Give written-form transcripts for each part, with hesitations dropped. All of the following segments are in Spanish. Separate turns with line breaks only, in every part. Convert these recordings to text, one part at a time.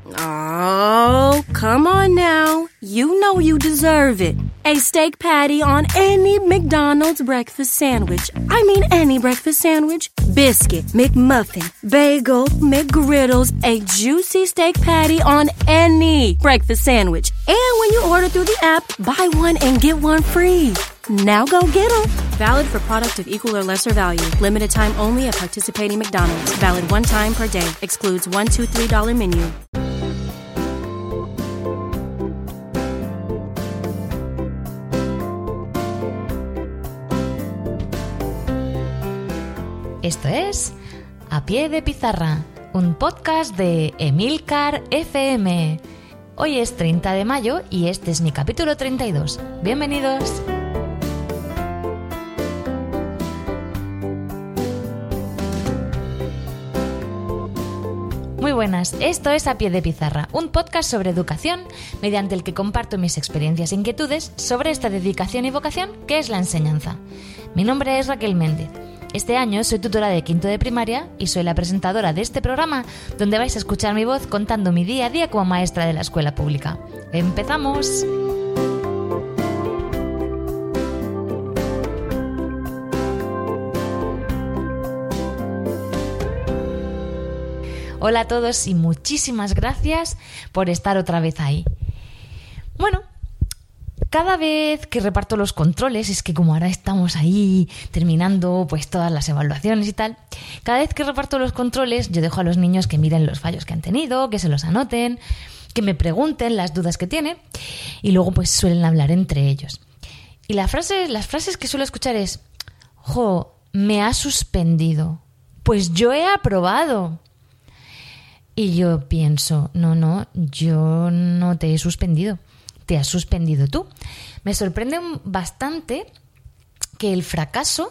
Oh, come on now. You know you deserve it. A steak patty on any McDonald's breakfast sandwich. I mean any breakfast sandwich. Biscuit, McMuffin, bagel, McGriddles, a juicy steak patty on any breakfast sandwich. And when you order through the app, buy one and get one free. Now go get them. Valid for product of equal or lesser value. Limited time only at participating McDonald's. Valid one time per day. Excludes $1, $2, $3 menu.
Esto es A Pie de Pizarra, un podcast de Emilcar FM. Hoy es 30 de mayo y este es mi capítulo 32. ¡Bienvenidos! Muy buenas, esto es A Pie de Pizarra, un podcast sobre educación mediante el que comparto mis experiencias e inquietudes sobre esta dedicación y vocación que es la enseñanza. Mi nombre es Raquel Méndez. Este año soy tutora de quinto de primaria y soy la presentadora de este programa donde vais a escuchar mi voz contando mi día a día como maestra de la escuela pública. ¡Empezamos! Hola a todos y muchísimas gracias por estar otra vez ahí. Bueno, cada vez que reparto los controles, es que como ahora estamos ahí terminando pues todas las evaluaciones y tal, cada vez que reparto los controles yo dejo a los niños que miren los fallos que han tenido, que se los anoten, que me pregunten las dudas que tienen y luego pues suelen hablar entre ellos. Y las frases que suelo escuchar es: ¡jo, me ha suspendido! Pues yo he aprobado. Y yo pienso, no, yo no te he suspendido. Te has suspendido tú. Me sorprende bastante que el fracaso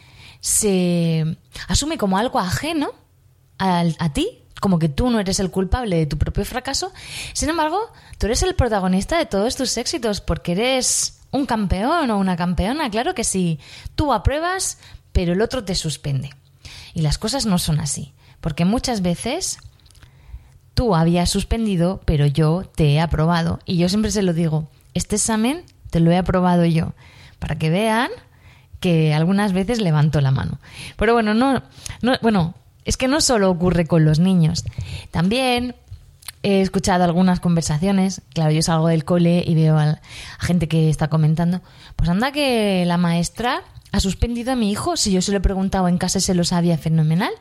se asume como algo ajeno a ti, como que tú no eres el culpable de tu propio fracaso. Sin embargo, tú eres el protagonista de todos tus éxitos porque eres un campeón o una campeona. Claro que sí, tú apruebas, pero el otro te suspende. Y las cosas no son así, porque muchas veces tú habías suspendido, pero yo te he aprobado. Y yo siempre se lo digo, este examen te lo he aprobado yo, para que vean que algunas veces levanto la mano. Pero bueno, es que no solo ocurre con los niños. También he escuchado algunas conversaciones. Claro, yo salgo del cole y veo a gente que está comentando, pues anda que la maestra ha suspendido a mi hijo, si yo se lo he preguntado en casa y se lo sabía fenomenal.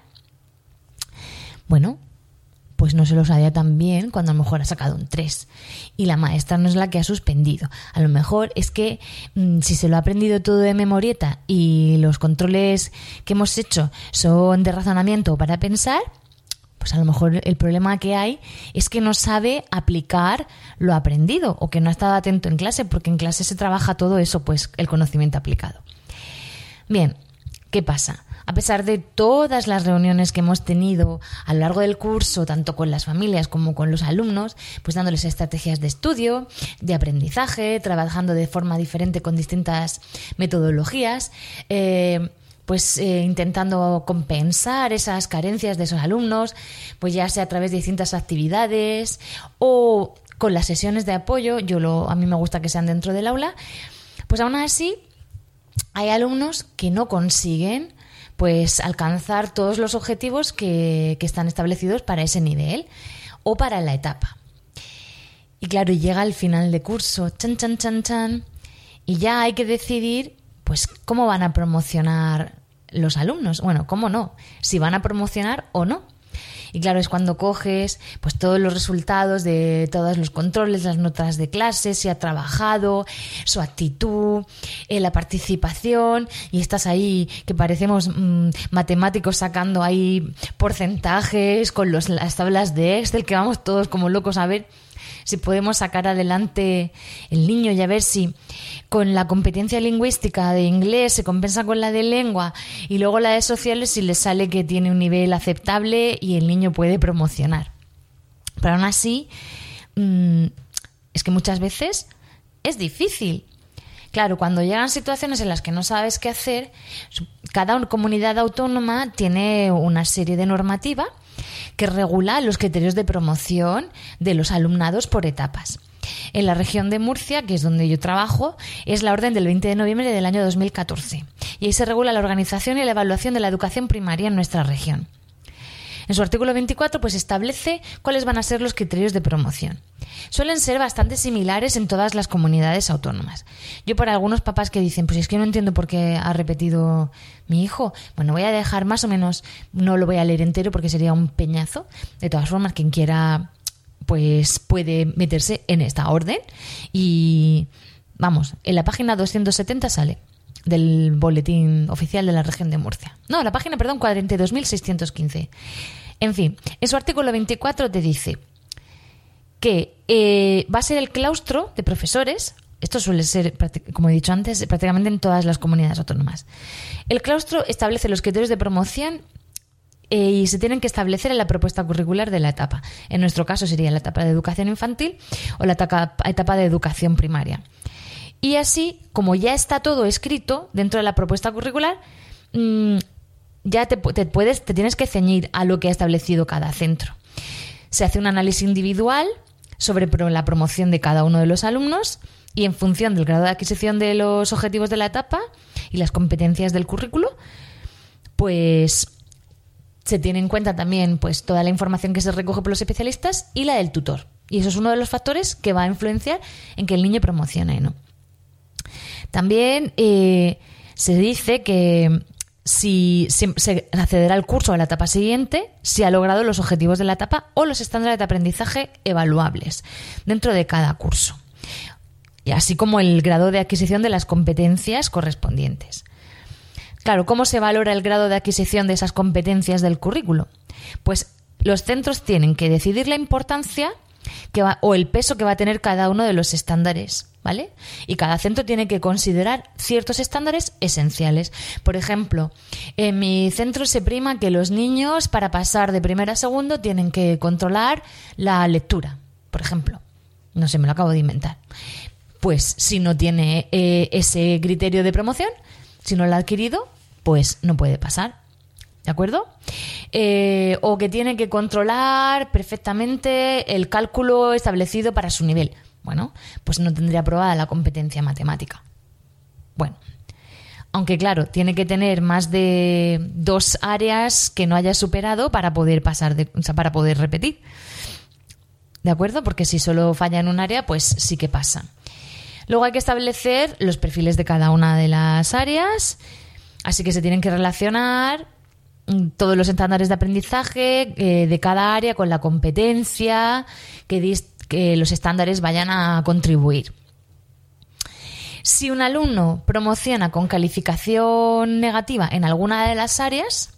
Bueno, pues no se lo sabía tan bien cuando a lo mejor ha sacado un 3 y la maestra no es la que ha suspendido. A lo mejor es que si se lo ha aprendido todo de memorieta y los controles que hemos hecho son de razonamiento para pensar, pues a lo mejor el problema que hay es que no sabe aplicar lo aprendido o que no ha estado atento en clase, porque en clase se trabaja todo eso, pues el conocimiento aplicado. Bien, ¿qué pasa? A pesar de todas las reuniones que hemos tenido a lo largo del curso, tanto con las familias como con los alumnos, pues dándoles estrategias de estudio, de aprendizaje, trabajando de forma diferente con distintas metodologías, intentando compensar esas carencias de esos alumnos, pues ya sea a través de distintas actividades o con las sesiones de apoyo, a mí me gusta que sean dentro del aula, pues aún así hay alumnos que no consiguen pues alcanzar todos los objetivos que están establecidos para ese nivel o para la etapa. Y claro, llega el final de curso, chan, y ya hay que decidir pues cómo van a promocionar los alumnos. Bueno, cómo no, si van a promocionar o no. Y claro, es cuando coges pues todos los resultados de todos los controles, las notas de clase, si ha trabajado, su actitud, la participación, y estás ahí que parecemos matemáticos sacando ahí porcentajes con las tablas de Excel, que vamos todos como locos a ver si podemos sacar adelante el niño y a ver si con la competencia lingüística de inglés se compensa con la de lengua y luego la de sociales si le sale que tiene un nivel aceptable y el niño puede promocionar. Pero aún así, es que muchas veces es difícil. Claro, cuando llegan situaciones en las que no sabes qué hacer, cada comunidad autónoma tiene una serie de normativa que regula los criterios de promoción de los alumnados por etapas. En la región de Murcia, que es donde yo trabajo, es la orden del 20 de noviembre del año 2014. Y ahí se regula la organización y la evaluación de la educación primaria en nuestra región. En su artículo 24 pues establece cuáles van a ser los criterios de promoción. Suelen ser bastante similares en todas las comunidades autónomas. Yo, para algunos papás que dicen, pues es que no entiendo por qué ha repetido mi hijo, bueno, voy a dejar más o menos, no lo voy a leer entero porque sería un peñazo. De todas formas, quien quiera pues puede meterse en esta orden y vamos, en la página 270 sale del boletín oficial de la región de Murcia. No, la página, 42.615. En fin, en su artículo 24 te dice que va a ser el claustro de profesores. Esto suele ser, como he dicho antes, prácticamente en todas las comunidades autónomas. El claustro establece los criterios de promoción y se tienen que establecer en la propuesta curricular de la etapa. En nuestro caso sería la etapa de educación infantil o la etapa de educación primaria. Y así, como ya está todo escrito dentro de la propuesta curricular, ya te tienes que ceñir a lo que ha establecido cada centro. Se hace un análisis individual sobre la promoción de cada uno de los alumnos y en función del grado de adquisición de los objetivos de la etapa y las competencias del currículo, pues se tiene en cuenta también pues toda la información que se recoge por los especialistas y la del tutor. Y eso es uno de los factores que va a influenciar en que el niño promocione, ¿no? También se dice que si se accederá al curso o a la etapa siguiente si ha logrado los objetivos de la etapa o los estándares de aprendizaje evaluables dentro de cada curso, y así como el grado de adquisición de las competencias correspondientes. Claro, ¿cómo se valora el grado de adquisición de esas competencias del currículo? Pues los centros tienen que decidir la importancia o el peso que va a tener cada uno de los estándares, ¿vale? Y cada centro tiene que considerar ciertos estándares esenciales. Por ejemplo, en mi centro se prima que los niños, para pasar de primero a segundo, tienen que controlar la lectura, por ejemplo. No sé, me lo acabo de inventar. Pues si no tiene ese criterio de promoción, si no lo ha adquirido, pues no puede pasar. ¿De acuerdo? O que tiene que controlar perfectamente el cálculo establecido para su nivel. Bueno, pues no tendría aprobada la competencia matemática. Bueno, aunque claro, tiene que tener más de 2 áreas que no haya superado para poder para poder repetir. ¿De acuerdo? Porque si solo falla en un área, pues sí que pasa. Luego hay que establecer los perfiles de cada una de las áreas, así que se tienen que relacionar todos los estándares de aprendizaje de cada área con la competencia que los estándares vayan a contribuir. Si un alumno promociona con calificación negativa en alguna de las áreas,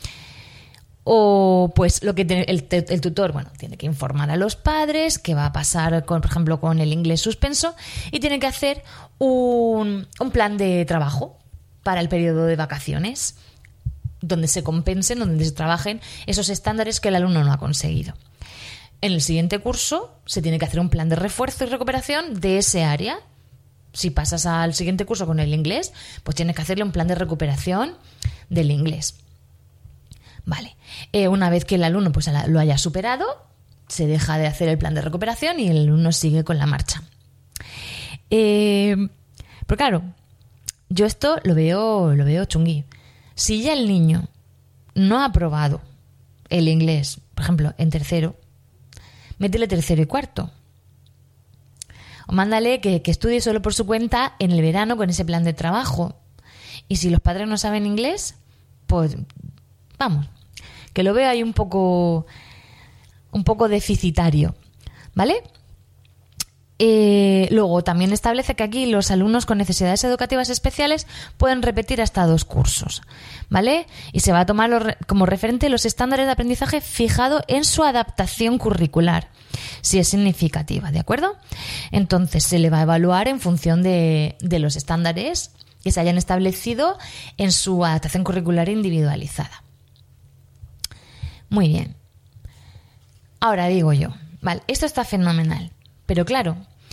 o pues lo que el tutor, bueno, tiene que informar a los padres qué va a pasar, por ejemplo, con el inglés suspenso, y tiene que hacer un plan de trabajo para el periodo de vacaciones, donde se compensen, donde se trabajen esos estándares que el alumno no ha conseguido. En el siguiente curso se tiene que hacer un plan de refuerzo y recuperación de ese área. Si pasas al siguiente curso con el inglés, pues tienes que hacerle un plan de recuperación del inglés. Vale. Una vez que el alumno pues lo haya superado, se deja de hacer el plan de recuperación y el alumno sigue con la marcha. Pero claro, yo esto lo veo chungui. Si ya el niño no ha aprobado el inglés, por ejemplo, en tercero, métele tercero y cuarto. O mándale que estudie solo por su cuenta en el verano con ese plan de trabajo. Y si los padres no saben inglés, pues vamos, que lo veo ahí un poco deficitario, ¿vale? Luego también establece que aquí los alumnos con necesidades educativas especiales pueden repetir hasta 2 cursos, ¿vale? Y se va a tomar como referente los estándares de aprendizaje fijado en su adaptación curricular, si es significativa, ¿de acuerdo? Entonces se le va a evaluar en función de los estándares que se hayan establecido en su adaptación curricular individualizada. Muy bien. Ahora digo yo, vale, esto está fenomenal. Pero claro,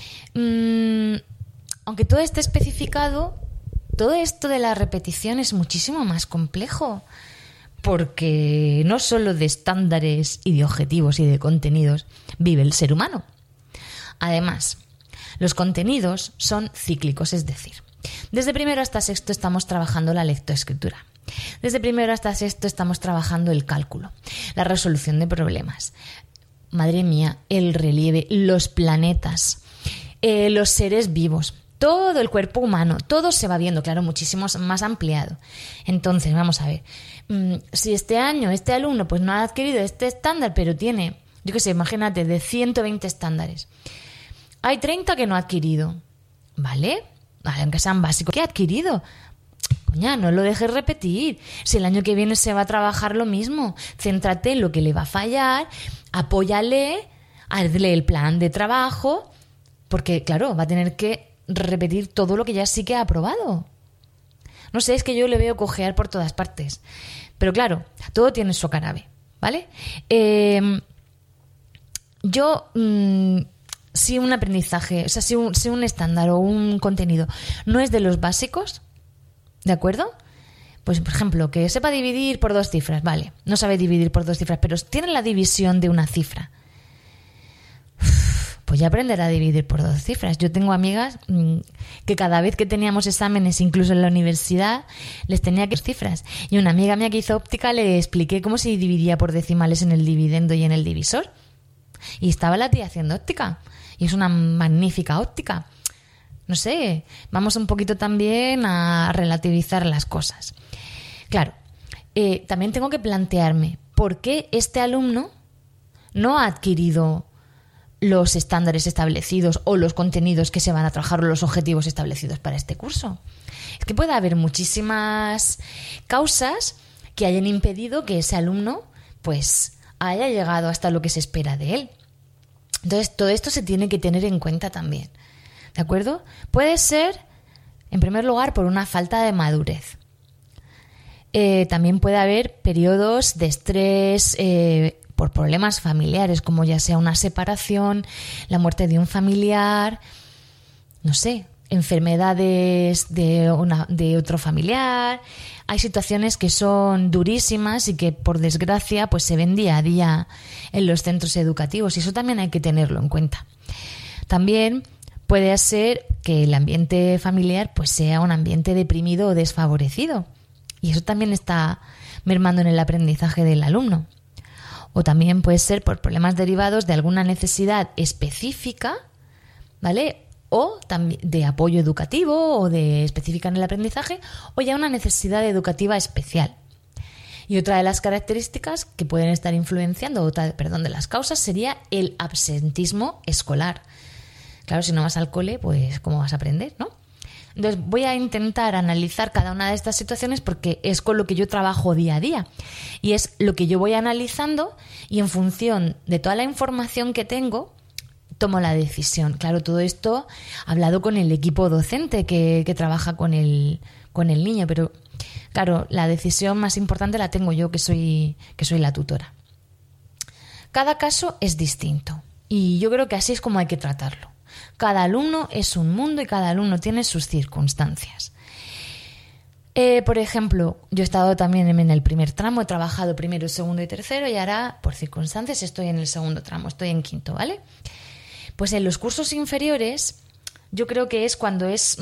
aunque todo esté especificado, todo esto de la repetición es muchísimo más complejo. porque no solo de estándares y de objetivos y de contenidos vive el ser humano. Además, los contenidos son cíclicos, es decir, desde primero hasta sexto estamos trabajando la lectoescritura. Desde primero hasta sexto estamos trabajando el cálculo, la resolución de problemas. Madre mía, el relieve, los planetas, los seres vivos, todo el cuerpo humano, todo se va viendo, claro, muchísimo más ampliado. Entonces, vamos a ver, si este año este alumno pues no ha adquirido este estándar, pero tiene, yo qué sé, imagínate, de 120 estándares, hay 30 que no ha adquirido, ¿vale? Aunque sean básicos. ¿Qué ha adquirido? Coña, no lo dejes repetir. Si el año que viene se va a trabajar lo mismo, céntrate en lo que le va a fallar, apóyale, hazle el plan de trabajo, porque, claro, va a tener que repetir todo lo que ya sí que ha aprobado. No sé, es que yo le veo cojear por todas partes. Pero claro, todo tiene su cara B, ¿vale? Si un aprendizaje, o sea, si un estándar o un contenido no es de los básicos, ¿de acuerdo? Pues, por ejemplo, que sepa dividir por 2 cifras, vale, no sabe dividir por 2 cifras, pero tiene la división de una cifra. Pues ya aprenderá a dividir por 2 cifras. Yo tengo amigas que cada vez que teníamos exámenes, incluso en la universidad, les tenía que cifras. Y una amiga mía que hizo óptica le expliqué cómo se dividía por decimales en el dividendo y en el divisor. Y estaba la tía haciendo óptica. Y es una magnífica óptica. No sé, vamos un poquito también a relativizar las cosas. Claro, también tengo que plantearme por qué este alumno no ha adquirido los estándares establecidos o los contenidos que se van a trabajar o los objetivos establecidos para este curso. Es que puede haber muchísimas causas que hayan impedido que ese alumno pues haya llegado hasta lo que se espera de él. Entonces, todo esto se tiene que tener en cuenta también, ¿de acuerdo? Puede ser, en primer lugar, por una falta de madurez. También puede haber periodos de estrés por problemas familiares, como ya sea una separación, la muerte de un familiar, no sé, enfermedades de otro familiar. Hay situaciones que son durísimas y que, por desgracia, pues se ven día a día en los centros educativos, y eso también hay que tenerlo en cuenta. También puede ser que el ambiente familiar pues sea un ambiente deprimido o desfavorecido, y eso también está mermando en el aprendizaje del alumno. O también puede ser por problemas derivados de alguna necesidad específica, ¿vale? O también de apoyo educativo o de específica en el aprendizaje, o ya una necesidad educativa especial. Y otra de las características que pueden estar influenciando, de las causas, sería el absentismo escolar. Claro, si no vas al cole, pues ¿cómo vas a aprender, no? Entonces voy a intentar analizar cada una de estas situaciones porque es con lo que yo trabajo día a día. Y es lo que yo voy analizando y en función de toda la información que tengo, tomo la decisión. Claro, todo esto hablado con el equipo docente que trabaja con el niño, pero claro, la decisión más importante la tengo yo, que soy la tutora. Cada caso es distinto y yo creo que así es como hay que tratarlo. Cada alumno es un mundo y cada alumno tiene sus circunstancias. Por ejemplo, yo he estado también en el primer tramo, he trabajado primero, segundo y tercero, y ahora, por circunstancias, estoy en el segundo tramo, estoy en quinto, ¿vale? Pues en los cursos inferiores yo creo que es cuando es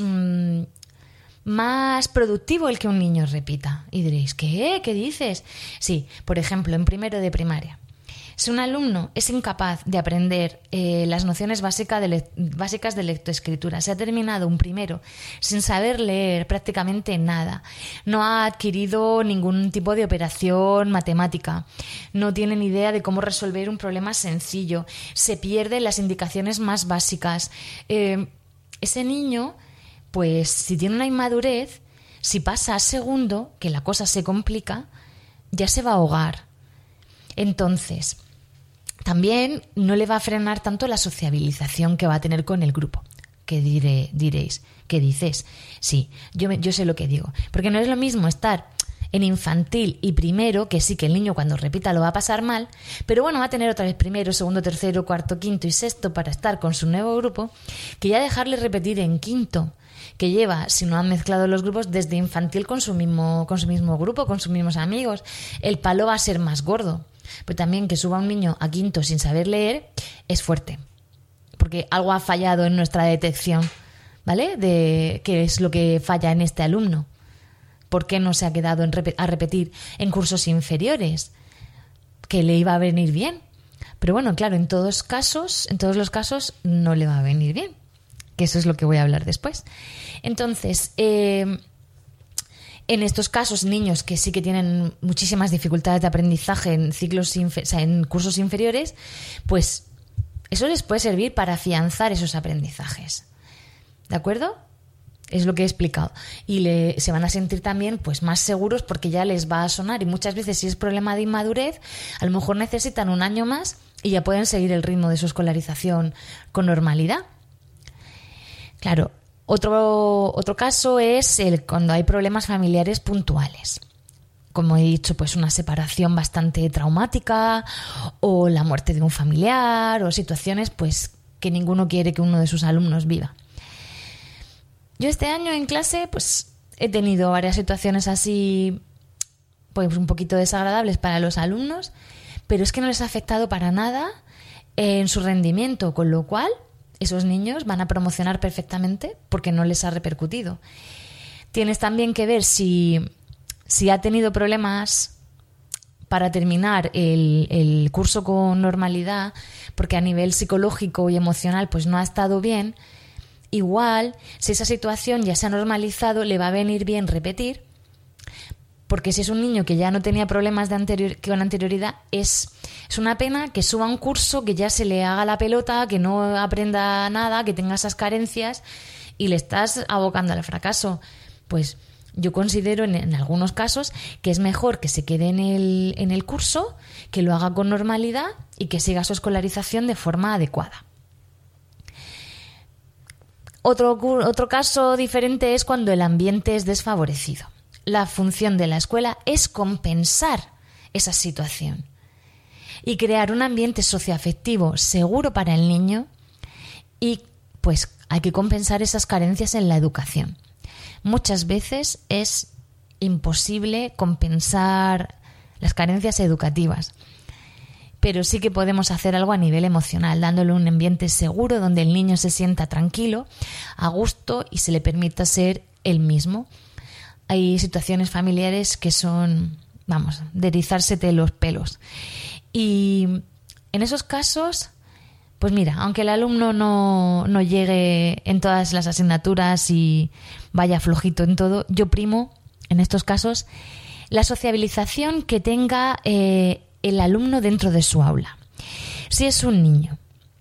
más productivo el que un niño repita. Y diréis, ¿qué? ¿Qué dices? Sí, por ejemplo, en primero de primaria. Si un alumno es incapaz de aprender las nociones básicas de lectoescritura, se ha terminado un primero sin saber leer prácticamente nada, no ha adquirido ningún tipo de operación matemática, no tiene ni idea de cómo resolver un problema sencillo, se pierden las indicaciones más básicas, ese niño, pues si tiene una inmadurez, si pasa a segundo, que la cosa se complica, ya se va a ahogar. Entonces, también no le va a frenar tanto la sociabilización que va a tener con el grupo. ¿Qué diréis? ¿Qué dices? Sí, yo sé lo que digo. Porque no es lo mismo estar en infantil y primero, que sí que el niño cuando repita lo va a pasar mal, pero bueno, va a tener otra vez primero, segundo, tercero, cuarto, quinto y sexto para estar con su nuevo grupo, que ya dejarle repetir en quinto, que lleva, si no han mezclado los grupos, desde infantil con su mismo grupo, con sus mismos amigos. El palo va a ser más gordo. Pero también que suba un niño a quinto sin saber leer es fuerte, porque algo ha fallado en nuestra detección, ¿vale? De qué es lo que falla en este alumno. ¿Por qué no se ha quedado a repetir en cursos inferiores? Que le iba a venir bien. Pero bueno, claro, en todos los casos no le va a venir bien. Que eso es lo que voy a hablar después. Entonces, en estos casos, niños que sí que tienen muchísimas dificultades de aprendizaje en cursos inferiores, pues eso les puede servir para afianzar esos aprendizajes. ¿De acuerdo? Es lo que he explicado. Y se van a sentir también pues más seguros porque ya les va a sonar. Y muchas veces, si es problema de inmadurez, a lo mejor necesitan un año más y ya pueden seguir el ritmo de su escolarización con normalidad. Claro, otro caso es cuando hay problemas familiares puntuales. Como he dicho, pues una separación bastante traumática o la muerte de un familiar o situaciones pues que ninguno quiere que uno de sus alumnos viva. Yo este año en clase pues he tenido varias situaciones así pues un poquito desagradables para los alumnos, pero es que no les ha afectado para nada en su rendimiento, con lo cual esos niños van a promocionar perfectamente porque no les ha repercutido. Tienes también que ver si ha tenido problemas para terminar el curso con normalidad, porque a nivel psicológico y emocional pues no ha estado bien. Igual, si esa situación ya se ha normalizado, le va a venir bien repetir, porque si es un niño que ya no tenía problemas con anterioridad, es una pena que suba un curso, que ya se le haga la pelota, que no aprenda nada, que tenga esas carencias y le estás abocando al fracaso. Pues yo considero en algunos casos que es mejor que se quede en el curso, que lo haga con normalidad y que siga su escolarización de forma adecuada. Otro caso diferente es cuando el ambiente es desfavorecido. La función de la escuela es compensar esa situación y crear un ambiente socioafectivo seguro para el niño, y pues hay que compensar esas carencias en la educación. Muchas veces es imposible compensar las carencias educativas, pero sí que podemos hacer algo a nivel emocional, dándole un ambiente seguro donde el niño se sienta tranquilo, a gusto y se le permita ser él mismo. Hay situaciones familiares que son, de erizársete los pelos. Y en esos casos, pues mira, aunque el alumno no llegue en todas las asignaturas y vaya flojito en todo, yo primo, en estos casos, la sociabilización que tenga el alumno dentro de su aula. Si es un niño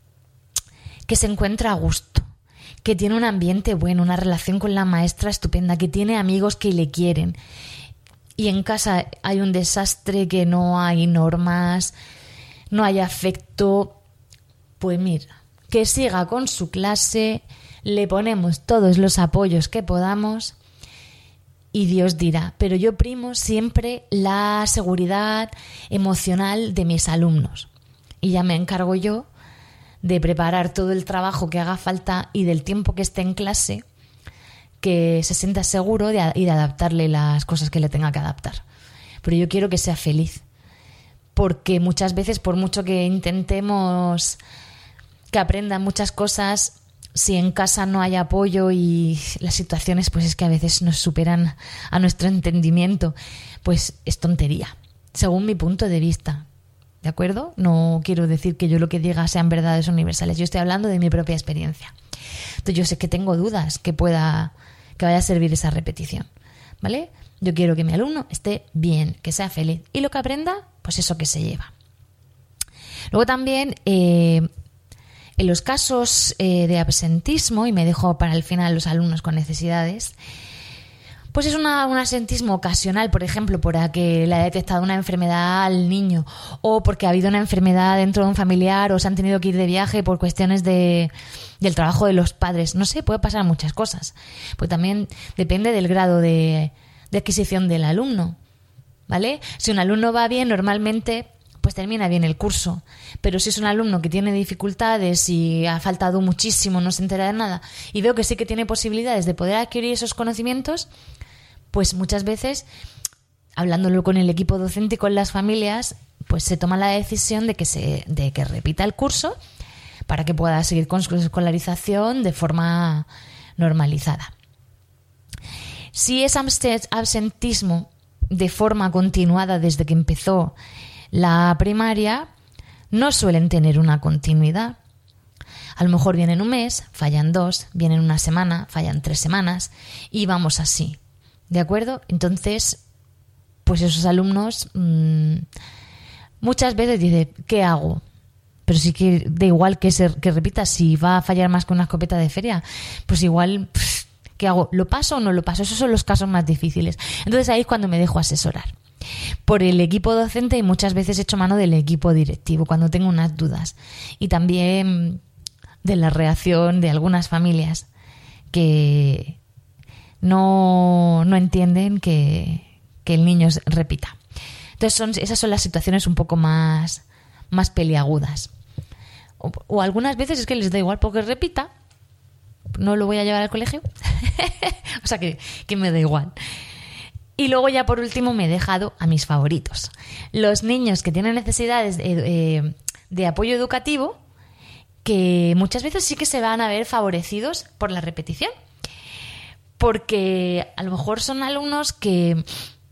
que se encuentra a gusto, que tiene un ambiente bueno, una relación con la maestra estupenda, que tiene amigos que le quieren, y en casa hay un desastre, que no hay normas, no hay afecto, pues mira, que siga con su clase, le ponemos todos los apoyos que podamos y Dios dirá. Pero yo primo siempre la seguridad emocional de mis alumnos y ya me encargo yo de preparar todo el trabajo que haga falta y del tiempo que esté en clase, que se sienta seguro y de adaptarle las cosas que le tenga que adaptar. Pero yo quiero que sea feliz, porque muchas veces, por mucho que intentemos que aprenda muchas cosas, si en casa no hay apoyo y las situaciones pues es que a veces nos superan a nuestro entendimiento, pues es tontería, según mi punto de vista. ¿De acuerdo? No quiero decir que yo lo que diga sean verdades universales. Yo estoy hablando de mi propia experiencia. Entonces yo sé que tengo dudas que vaya a servir esa repetición, ¿vale? Yo quiero que mi alumno esté bien, que sea feliz y lo que aprenda, pues eso que se lleva. Luego también en los casos de absentismo, y me dejo para el final los alumnos con necesidades, pues es un absentismo ocasional, por ejemplo, porque le ha detectado una enfermedad al niño o porque ha habido una enfermedad dentro de un familiar o se han tenido que ir de viaje por cuestiones del trabajo de los padres. No sé, puede pasar muchas cosas. Pues también depende del grado de adquisición del alumno. ¿vale? Si un alumno va bien, normalmente pues termina bien el curso. Pero si es un alumno que tiene dificultades y ha faltado muchísimo, no se entera de nada, y veo que sí que tiene posibilidades de poder adquirir esos conocimientos, pues muchas veces, hablándolo con el equipo docente y con las familias, pues se toma la decisión de que repita el curso para que pueda seguir con su escolarización de forma normalizada. Si es absentismo de forma continuada desde que empezó la primaria, no suelen tener una continuidad. A lo mejor vienen un mes, fallan 2, vienen una semana, fallan 3 semanas y vamos así. ¿De acuerdo? Entonces, pues esos alumnos muchas veces dicen, ¿qué hago? Pero sí que da igual que repita, si va a fallar más que una escopeta de feria, pues igual, ¿qué hago? ¿Lo paso o no lo paso? Esos son los casos más difíciles. Entonces ahí es cuando me dejo asesorar por el equipo docente y muchas veces echo mano del equipo directivo cuando tengo unas dudas. Y también de la reacción de algunas familias que no entienden que el niño repita. Entonces esas son las situaciones un poco más peliagudas. O algunas veces es que les da igual porque repita, no lo voy a llevar al colegio. O sea que me da igual. Y luego ya por último me he dejado a mis favoritos. Los niños que tienen necesidades de apoyo educativo, que muchas veces sí que se van a ver favorecidos por la repetición. Porque a lo mejor son alumnos que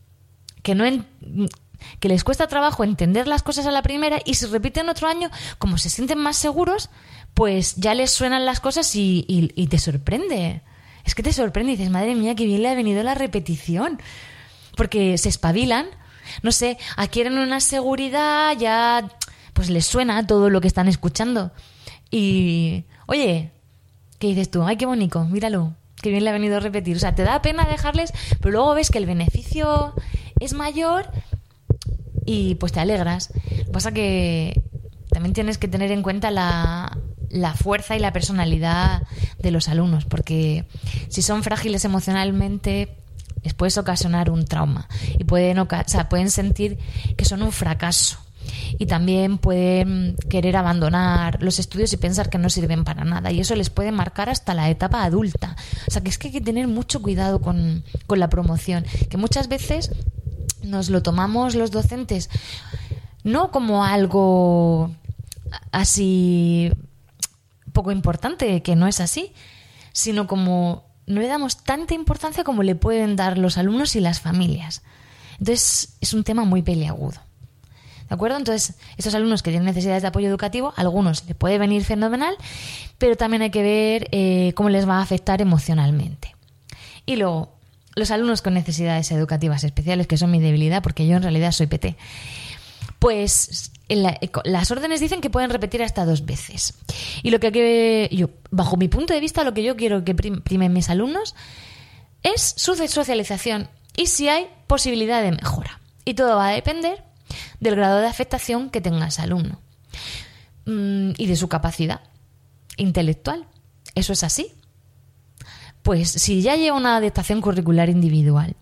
les cuesta trabajo entender las cosas a la primera y si repiten otro año, como se sienten más seguros, pues ya les suenan las cosas y te sorprende. Es que te sorprende y dices, madre mía, qué bien le ha venido la repetición. Porque se espabilan, no sé, adquieren una seguridad, ya pues les suena todo lo que están escuchando. Y, oye, ¿qué dices tú? Ay, qué bonito, míralo, qué bien le ha venido a repetir. O sea, te da pena dejarles, pero luego ves que el beneficio es mayor y pues te alegras. Lo que pasa que también tienes que tener en cuenta la fuerza y la personalidad de los alumnos, porque si son frágiles emocionalmente les puedes ocasionar un trauma y pueden sentir que son un fracaso y también pueden querer abandonar los estudios y pensar que no sirven para nada y eso les puede marcar hasta la etapa adulta. O sea que es que hay que tener mucho cuidado con la promoción, que muchas veces nos lo tomamos los docentes no como algo así poco importante, que no es así, sino como no le damos tanta importancia como le pueden dar los alumnos y las familias. Entonces es un tema muy peliagudo. ¿De acuerdo? Entonces, estos alumnos que tienen necesidades de apoyo educativo, a algunos les puede venir fenomenal, pero también hay que ver cómo les va a afectar emocionalmente. Y luego, los alumnos con necesidades educativas especiales, que son mi debilidad, porque yo en realidad soy PT, pues las órdenes dicen que pueden repetir hasta 2 veces. Y lo que yo, bajo mi punto de vista, lo que yo quiero que primen mis alumnos es su socialización y si hay posibilidad de mejora. Y todo va a depender del grado de afectación que tenga ese alumno y de su capacidad intelectual. Eso es así. Pues si ya lleva una adaptación curricular individual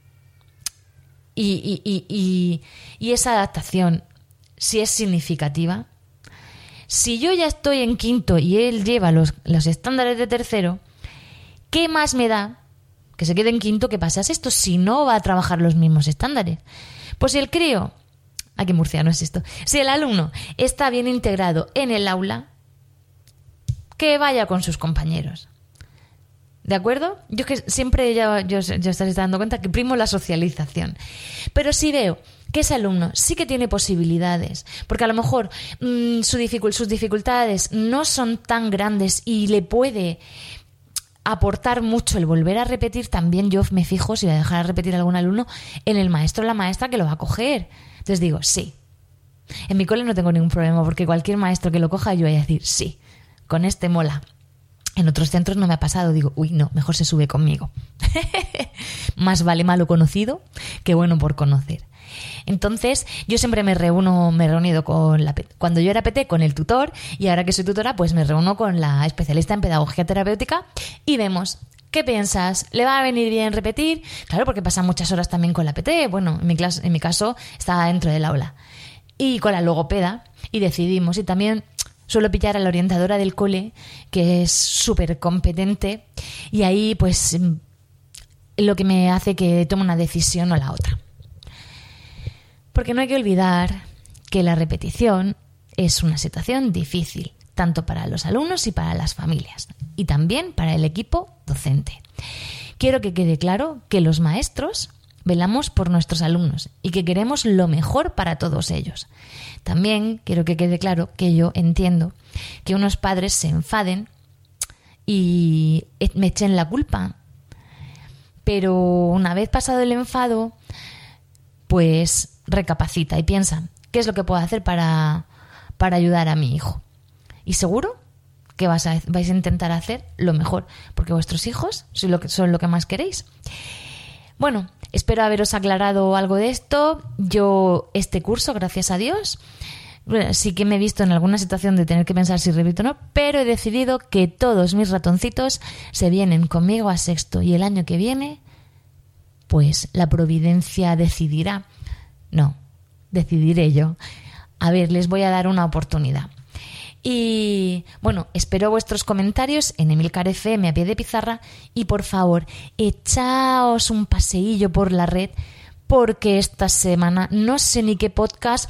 y esa adaptación, si es significativa, si yo ya estoy en quinto y él lleva los estándares de tercero, ¿qué más me da que se quede en quinto que pase a sexto si no va a trabajar los mismos estándares? Pues si el crío, aquí en Murcia no es esto, si el alumno está bien integrado en el aula, que vaya con sus compañeros. ¿De acuerdo? Yo es que siempre yo estaré dando cuenta que primo la socialización. Pero si veo que ese alumno sí que tiene posibilidades, porque a lo mejor sus dificultades no son tan grandes y le puede aportar mucho el volver a repetir, también yo me fijo, si voy a dejar a repetir a algún alumno, en el maestro o la maestra que lo va a coger. Entonces digo, sí. En mi cole no tengo ningún problema, porque cualquier maestro que lo coja yo voy a decir, sí, con este mola. En otros centros no me ha pasado, digo, uy, no, mejor se sube conmigo. Más vale malo conocido que bueno por conocer. Entonces, yo siempre me he reunido cuando yo era PT con el tutor y ahora que soy tutora, pues me reúno con la especialista en pedagogía terapéutica y vemos ¿Qué piensas? ¿Le va a venir bien repetir? Claro, porque pasan muchas horas también con la PT. Bueno, en mi caso estaba dentro del aula. Y con la logopeda. Y decidimos. Y también suelo pillar a la orientadora del cole, que es súper competente. Y ahí, pues, lo que me hace que tome una decisión o la otra. Porque no hay que olvidar que la repetición es una situación difícil, tanto para los alumnos y para las familias, y también para el equipo docente. Quiero que quede claro que los maestros velamos por nuestros alumnos y que queremos lo mejor para todos ellos. También quiero que quede claro que yo entiendo que unos padres se enfaden y me echen la culpa. Pero una vez pasado el enfado, pues recapacita y piensa, ¿qué es lo que puedo hacer para ayudar a mi hijo? Y seguro que vais a intentar hacer lo mejor, porque vuestros hijos son lo que más queréis. Bueno, espero haberos aclarado algo de esto. Yo este curso, gracias a Dios, sí que me he visto en alguna situación de tener que pensar si repito o no, pero he decidido que todos mis ratoncitos se vienen conmigo a sexto y el año que viene, pues la providencia decidirá. No, decidiré yo. A ver, les voy a dar una oportunidad. Y bueno, espero vuestros comentarios en Emilcar FM a pie de pizarra y por favor, echaos un paseillo por la red porque esta semana no sé ni qué podcast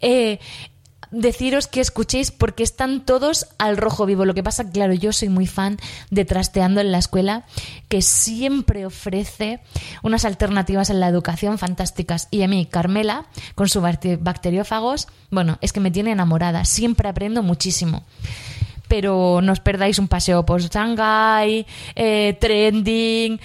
deciros que escuchéis porque están todos al rojo vivo. Lo que pasa, claro, yo soy muy fan de Trasteando en la Escuela, que siempre ofrece unas alternativas en la educación fantásticas. Y a mí, Carmela, con sus bacteriófagos, bueno, es que me tiene enamorada. Siempre aprendo muchísimo. Pero no os perdáis un paseo por Shanghai, Trending,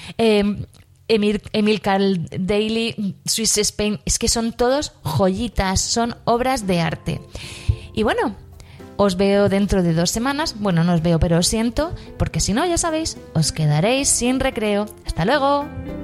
Emilcar Daily, Swiss Spain, es que son todos joyitas, son obras de arte. Y bueno, os veo dentro de 2 semanas. Bueno, no os veo, pero os siento, porque si no, ya sabéis, os quedaréis sin recreo. ¡Hasta luego!